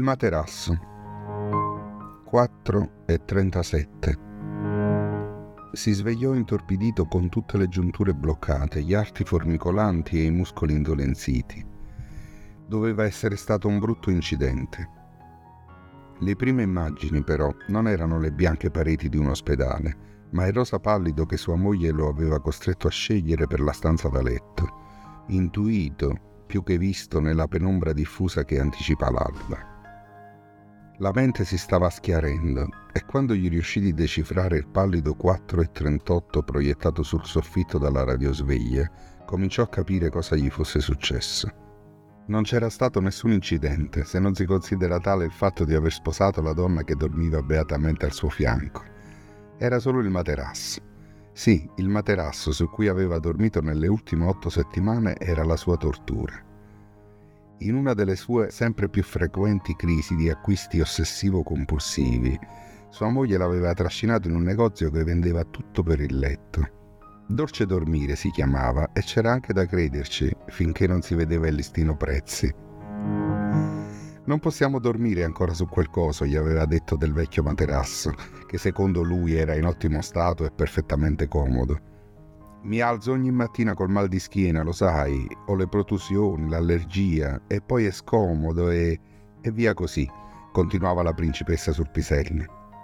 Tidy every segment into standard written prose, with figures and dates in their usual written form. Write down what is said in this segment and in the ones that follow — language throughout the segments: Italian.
materasso. 4:37. Si svegliò intorpidito con tutte le giunture bloccate, gli arti formicolanti e i muscoli indolenziti. Doveva essere stato un brutto incidente. Le prime immagini, però, non erano le bianche pareti di un ospedale, ma il rosa pallido che sua moglie lo aveva costretto a scegliere per la stanza da letto, intuito più che visto nella penombra diffusa che anticipa l'alba. La mente si stava schiarendo e quando gli riuscì di decifrare il pallido 4:38 proiettato sul soffitto dalla radiosveglia, cominciò a capire cosa gli fosse successo. Non c'era stato nessun incidente, se non si considera tale il fatto di aver sposato la donna che dormiva beatamente al suo fianco. Era solo il materasso. Sì, il materasso su cui aveva dormito nelle ultime 8 settimane era la sua tortura. In una delle sue sempre più frequenti crisi di acquisti ossessivo-compulsivi, sua moglie l'aveva trascinato in un negozio che vendeva tutto per il letto. Dolce Dormire si chiamava e c'era anche da crederci finché non si vedeva il listino prezzi. Non possiamo dormire ancora su quel coso, gli aveva detto del vecchio materasso, che secondo lui era in ottimo stato e perfettamente comodo. Mi alzo ogni mattina col mal di schiena, lo sai, ho le protusioni, l'allergia, e poi è scomodo e via così, continuava la principessa sul piselli.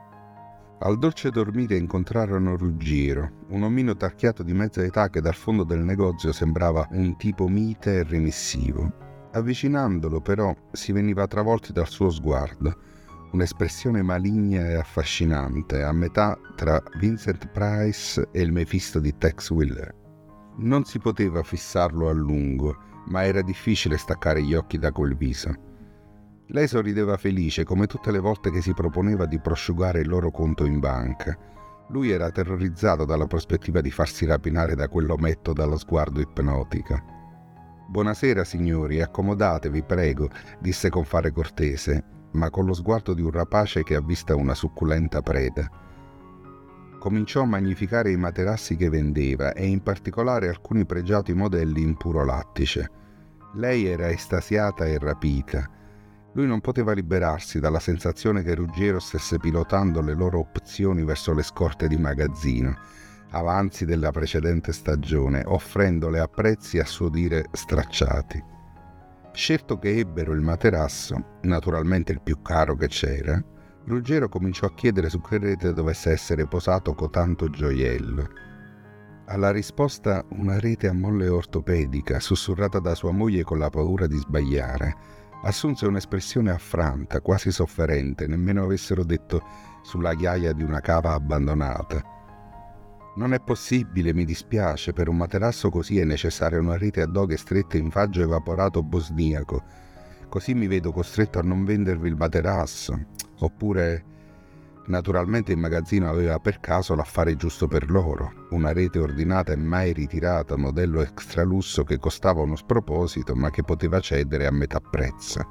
Al Dolce Dormire incontrarono Ruggiero, un omino tarchiato di mezza età che dal fondo del negozio sembrava un tipo mite e remissivo. Avvicinandolo, però, si veniva travolti dal suo sguardo, un'espressione maligna e affascinante, a metà tra Vincent Price e il Mefisto di Tex Willer. Non si poteva fissarlo a lungo, ma era difficile staccare gli occhi da quel viso. Lei sorrideva felice, come tutte le volte che si proponeva di prosciugare il loro conto in banca. Lui era terrorizzato dalla prospettiva di farsi rapinare da quell'ometto dallo sguardo ipnotico. «Buonasera, signori, accomodatevi, prego», disse con fare cortese, ma con lo sguardo di un rapace che avvista una succulenta preda. Cominciò a magnificare i materassi che vendeva e in particolare alcuni pregiati modelli in puro lattice. Lei era estasiata e rapita. Lui non poteva liberarsi dalla sensazione che Ruggiero stesse pilotando le loro opzioni verso le scorte di magazzino, avanzi della precedente stagione, offrendole a prezzi a suo dire stracciati. Scelto che ebbero il materasso, naturalmente il più caro che c'era, Ruggiero cominciò a chiedere su che rete dovesse essere posato cotanto gioiello. Alla risposta una rete a molle ortopedica, sussurrata da sua moglie con la paura di sbagliare, assunse un'espressione affranta, quasi sofferente, nemmeno avessero detto sulla ghiaia di una cava abbandonata. «Non è possibile, mi dispiace, per un materasso così è necessaria una rete a doghe strette in faggio evaporato bosniaco. Così mi vedo costretto a non vendervi il materasso». Oppure, naturalmente il magazzino aveva per caso l'affare giusto per loro, una rete ordinata e mai ritirata, modello extralusso che costava uno sproposito ma che poteva cedere a metà prezzo.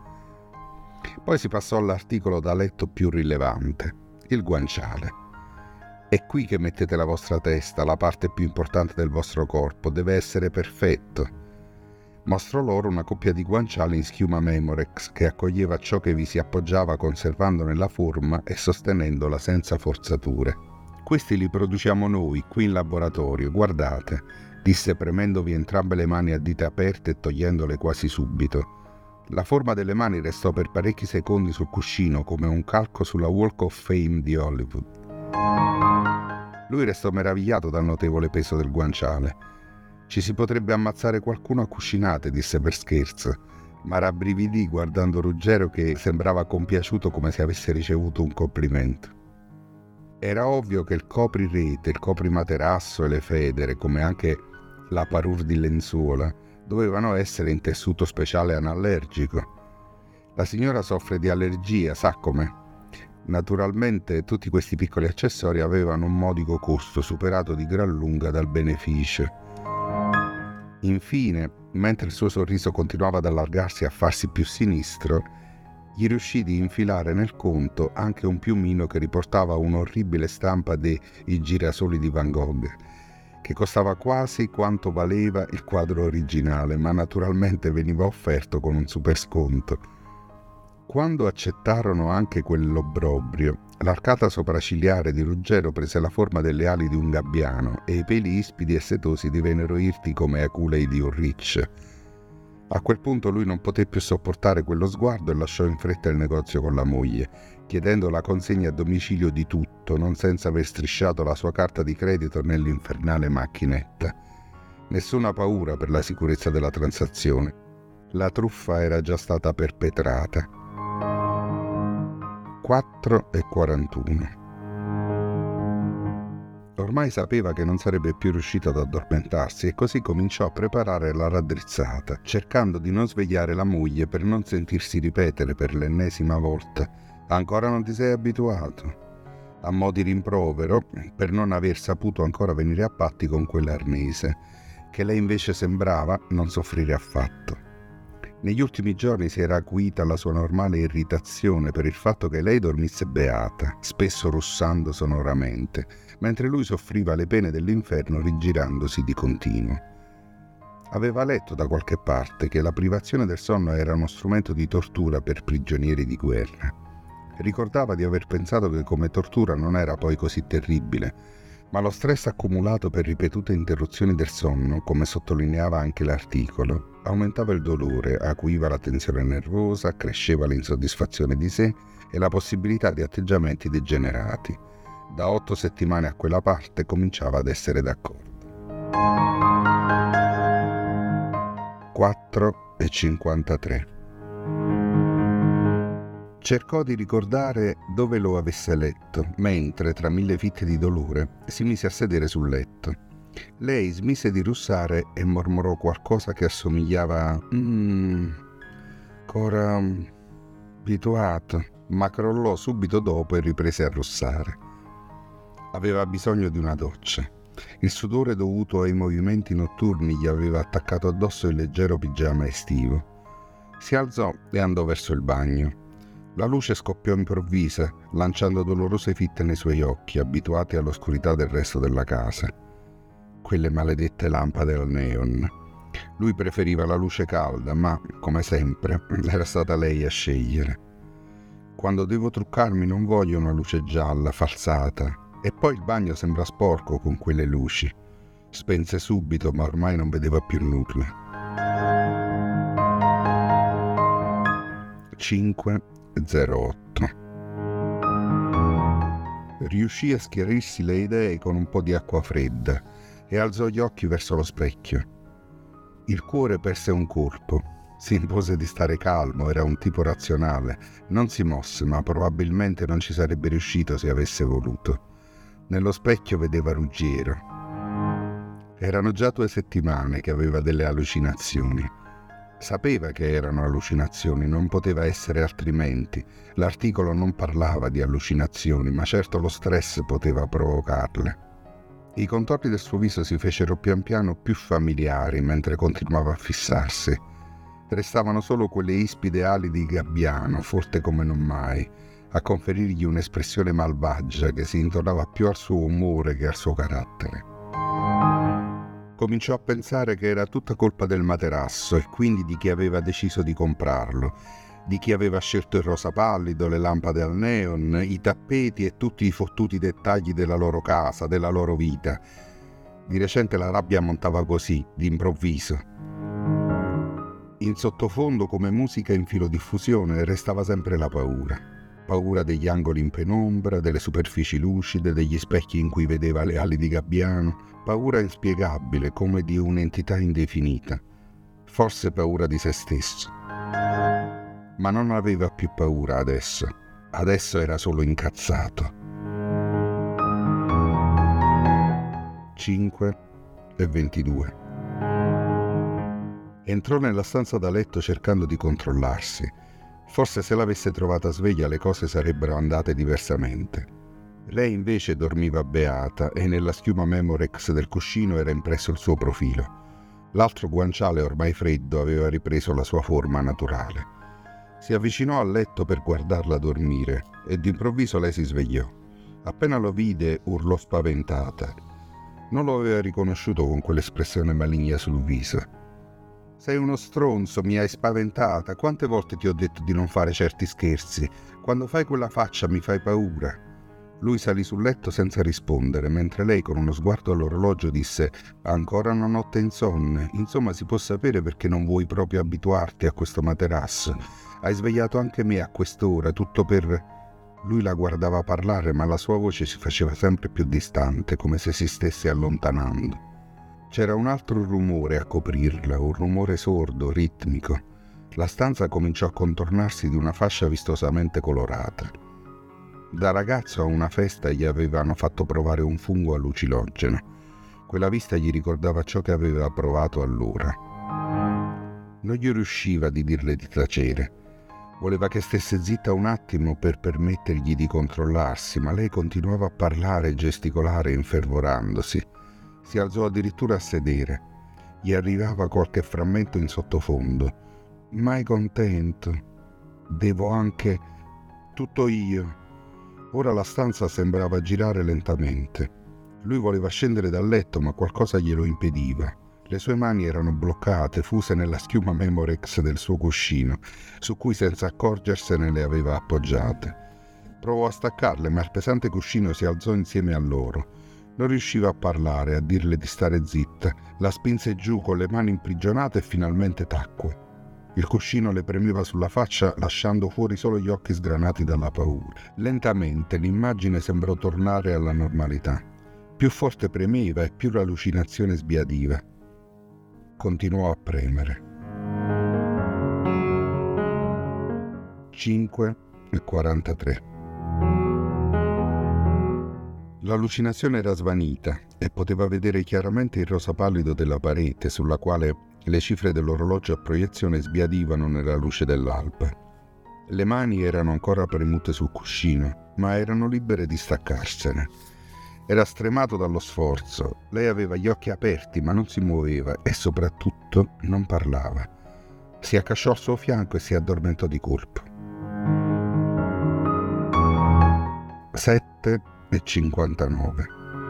Poi si passò all'articolo da letto più rilevante, il guanciale. «È qui che mettete la vostra testa, la parte più importante del vostro corpo, deve essere perfetto». Mostrò loro una coppia di guanciali in schiuma Memorex che accoglieva ciò che vi si appoggiava conservandone la forma e sostenendola senza forzature. «Questi li produciamo noi, qui in laboratorio, guardate», disse premendovi entrambe le mani a dita aperte e togliendole quasi subito. La forma delle mani restò per parecchi secondi sul cuscino come un calco sulla Walk of Fame di Hollywood. Lui restò meravigliato dal notevole peso del guanciale. «Ci si potrebbe ammazzare qualcuno a cuscinate», disse per scherzo, ma rabbrividì guardando Ruggiero che sembrava compiaciuto come se avesse ricevuto un complimento. Era ovvio che il coprirete, il coprimaterasso e le federe, come anche la parure di lenzuola, dovevano essere in tessuto speciale anallergico. La signora soffre di allergia, sa com'è. Naturalmente tutti questi piccoli accessori avevano un modico costo superato di gran lunga dal beneficio. Infine, mentre il suo sorriso continuava ad allargarsi e a farsi più sinistro, gli riuscì di infilare nel conto anche un piumino che riportava un'orribile stampa dei girasoli di Van Gogh, che costava quasi quanto valeva il quadro originale, ma naturalmente veniva offerto con un super sconto. Quando accettarono anche quell'obbrobrio, l'arcata sopraccigliare di Ruggero prese la forma delle ali di un gabbiano e i peli ispidi e setosi divennero irti come aculei di un riccio. A quel punto lui non poté più sopportare quello sguardo e lasciò in fretta il negozio con la moglie, chiedendo la consegna a domicilio di tutto, non senza aver strisciato la sua carta di credito nell'infernale macchinetta. Nessuna paura per la sicurezza della transazione. La truffa era già stata perpetrata. 4:41. Ormai sapeva che non sarebbe più riuscito ad addormentarsi e così cominciò a preparare la raddrizzata, cercando di non svegliare la moglie per non sentirsi ripetere per l'ennesima volta: «Ancora non ti sei abituato?» a mo' di rimprovero per non aver saputo ancora venire a patti con quell'arnese, che lei invece sembrava non soffrire affatto. Negli ultimi giorni si era acuita la sua normale irritazione per il fatto che lei dormisse beata, spesso russando sonoramente, mentre lui soffriva le pene dell'inferno rigirandosi di continuo. Aveva letto da qualche parte che la privazione del sonno era uno strumento di tortura per prigionieri di guerra. Ricordava di aver pensato che come tortura non era poi così terribile, ma lo stress accumulato per ripetute interruzioni del sonno, come sottolineava anche l'articolo, aumentava il dolore, acuiva la tensione nervosa, accresceva l'insoddisfazione di sé e la possibilità di atteggiamenti degenerati. Da 8 settimane a quella parte cominciava ad essere d'accordo. 4:53. Cercò di ricordare dove lo avesse letto, mentre, tra mille fitte di dolore, si mise a sedere sul letto. Lei smise di russare e mormorò qualcosa che assomigliava a «Ancora abituato», ma crollò subito dopo e riprese a russare. Aveva bisogno di una doccia. Il sudore dovuto ai movimenti notturni gli aveva attaccato addosso il leggero pigiama estivo. Si alzò e andò verso il bagno. La luce scoppiò improvvisa, lanciando dolorose fitte nei suoi occhi, abituati all'oscurità del resto della casa. Quelle maledette lampade al neon. Lui preferiva la luce calda, ma, come sempre, era stata lei a scegliere. «Quando devo truccarmi non voglio una luce gialla, falsata, e poi il bagno sembra sporco con quelle luci». Spense subito, ma ormai non vedeva più nulla. 5:08. Riuscì a schiarirsi le idee con un po' di acqua fredda e alzò gli occhi verso lo specchio. Il cuore perse un colpo. Si impose di stare calmo, era un tipo razionale. Non si mosse, ma probabilmente non ci sarebbe riuscito se avesse voluto. Nello specchio vedeva Ruggiero. Erano già 2 settimane che aveva delle allucinazioni. Sapeva che erano allucinazioni, non poteva essere altrimenti. L'articolo non parlava di allucinazioni, ma certo lo stress poteva provocarle. I contorni del suo viso si fecero pian piano più familiari mentre continuava a fissarsi. Restavano solo quelle ispide ali di gabbiano, forte come non mai, a conferirgli un'espressione malvagia che si intonava più al suo umore che al suo carattere. Cominciò a pensare che era tutta colpa del materasso e quindi di chi aveva deciso di comprarlo, di chi aveva scelto il rosa pallido, le lampade al neon, i tappeti e tutti i fottuti dettagli della loro casa, della loro vita. Di recente la rabbia montava così, d'improvviso. In sottofondo, come musica in filodiffusione, restava sempre la paura. Paura degli angoli in penombra, delle superfici lucide, degli specchi in cui vedeva le ali di gabbiano. Paura inspiegabile, come di un'entità indefinita. Forse paura di se stesso. Ma non aveva più paura adesso. Adesso era solo incazzato. 5:22. Entrò nella stanza da letto cercando di controllarsi. Forse se l'avesse trovata sveglia le cose sarebbero andate diversamente. Lei invece dormiva beata e nella schiuma Memorex del cuscino era impresso il suo profilo. L'altro guanciale, ormai freddo, aveva ripreso la sua forma naturale. Si avvicinò al letto per guardarla dormire e d'improvviso lei si svegliò. Appena lo vide urlò spaventata. Non lo aveva riconosciuto con quell'espressione maligna sul viso. Sei uno stronzo, mi hai spaventata. Quante volte ti ho detto di non fare certi scherzi? Quando fai quella faccia mi fai paura. Lui salì sul letto senza rispondere, mentre lei con uno sguardo all'orologio disse: ancora una notte insonne. Insomma, si può sapere perché non vuoi proprio abituarti a questo materasso. Hai svegliato anche me a quest'ora, tutto per... Lui la guardava parlare, ma la sua voce si faceva sempre più distante, come se si stesse allontanando. C'era un altro rumore a coprirla, un rumore sordo, ritmico. La stanza cominciò a contornarsi di una fascia vistosamente colorata. Da ragazzo a una festa gli avevano fatto provare un fungo allucinogeno. Quella vista gli ricordava ciò che aveva provato allora. Non gli riusciva di dirle di tacere. Voleva che stesse zitta un attimo per permettergli di controllarsi, ma lei continuava a parlare e gesticolare infervorandosi. Si alzò addirittura a sedere. Gli arrivava qualche frammento in sottofondo. Mai contento. Devo anche... tutto io. Ora la stanza sembrava girare lentamente. Lui voleva scendere dal letto, ma qualcosa glielo impediva. Le sue mani erano bloccate, fuse nella schiuma Memorex del suo cuscino, su cui senza accorgersene le aveva appoggiate. Provò a staccarle, ma il pesante cuscino si alzò insieme a loro. Non riusciva a parlare, a dirle di stare zitta. La spinse giù con le mani imprigionate e finalmente tacque. Il cuscino le premeva sulla faccia, lasciando fuori solo gli occhi sgranati dalla paura. Lentamente l'immagine sembrò tornare alla normalità. Più forte premeva e più l'allucinazione sbiadiva. Continuò a premere. 5:43. L'allucinazione era svanita e poteva vedere chiaramente il rosa pallido della parete sulla quale le cifre dell'orologio a proiezione sbiadivano nella luce dell'alba. Le mani erano ancora premute sul cuscino, ma erano libere di staccarsene. Era stremato dallo sforzo. Lei aveva gli occhi aperti, ma non si muoveva e soprattutto non parlava. Si accasciò al suo fianco e si addormentò di colpo. 7:59.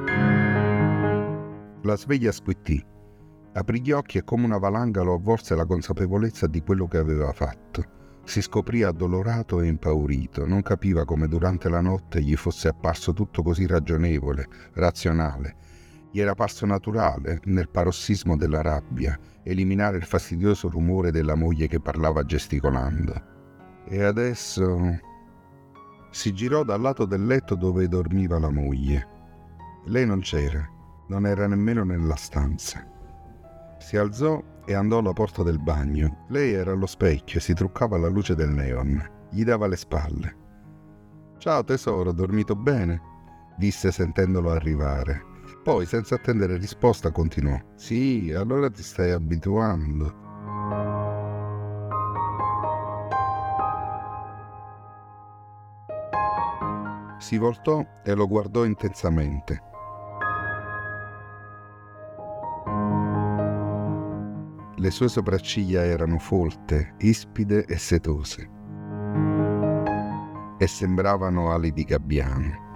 La sveglia squittì. Aprì gli occhi e come una valanga lo avvolse la consapevolezza di quello che aveva fatto. Si scoprì addolorato e impaurito, non capiva come durante la notte gli fosse apparso tutto così ragionevole, razionale. Gli era parso naturale, nel parossismo della rabbia, eliminare il fastidioso rumore della moglie che parlava gesticolando. E adesso... Si girò dal lato del letto dove dormiva la moglie. Lei non c'era, non era nemmeno nella stanza. Si alzò e andò alla porta del bagno. Lei era allo specchio e si truccava alla luce del neon. Gli dava le spalle. «Ciao tesoro, dormito bene?» disse sentendolo arrivare. Poi, senza attendere risposta, continuò. «Sì, allora ti stai abituando». Si voltò e lo guardò intensamente. Le sue sopracciglia erano folte, ispide e setose, e sembravano ali di gabbiano.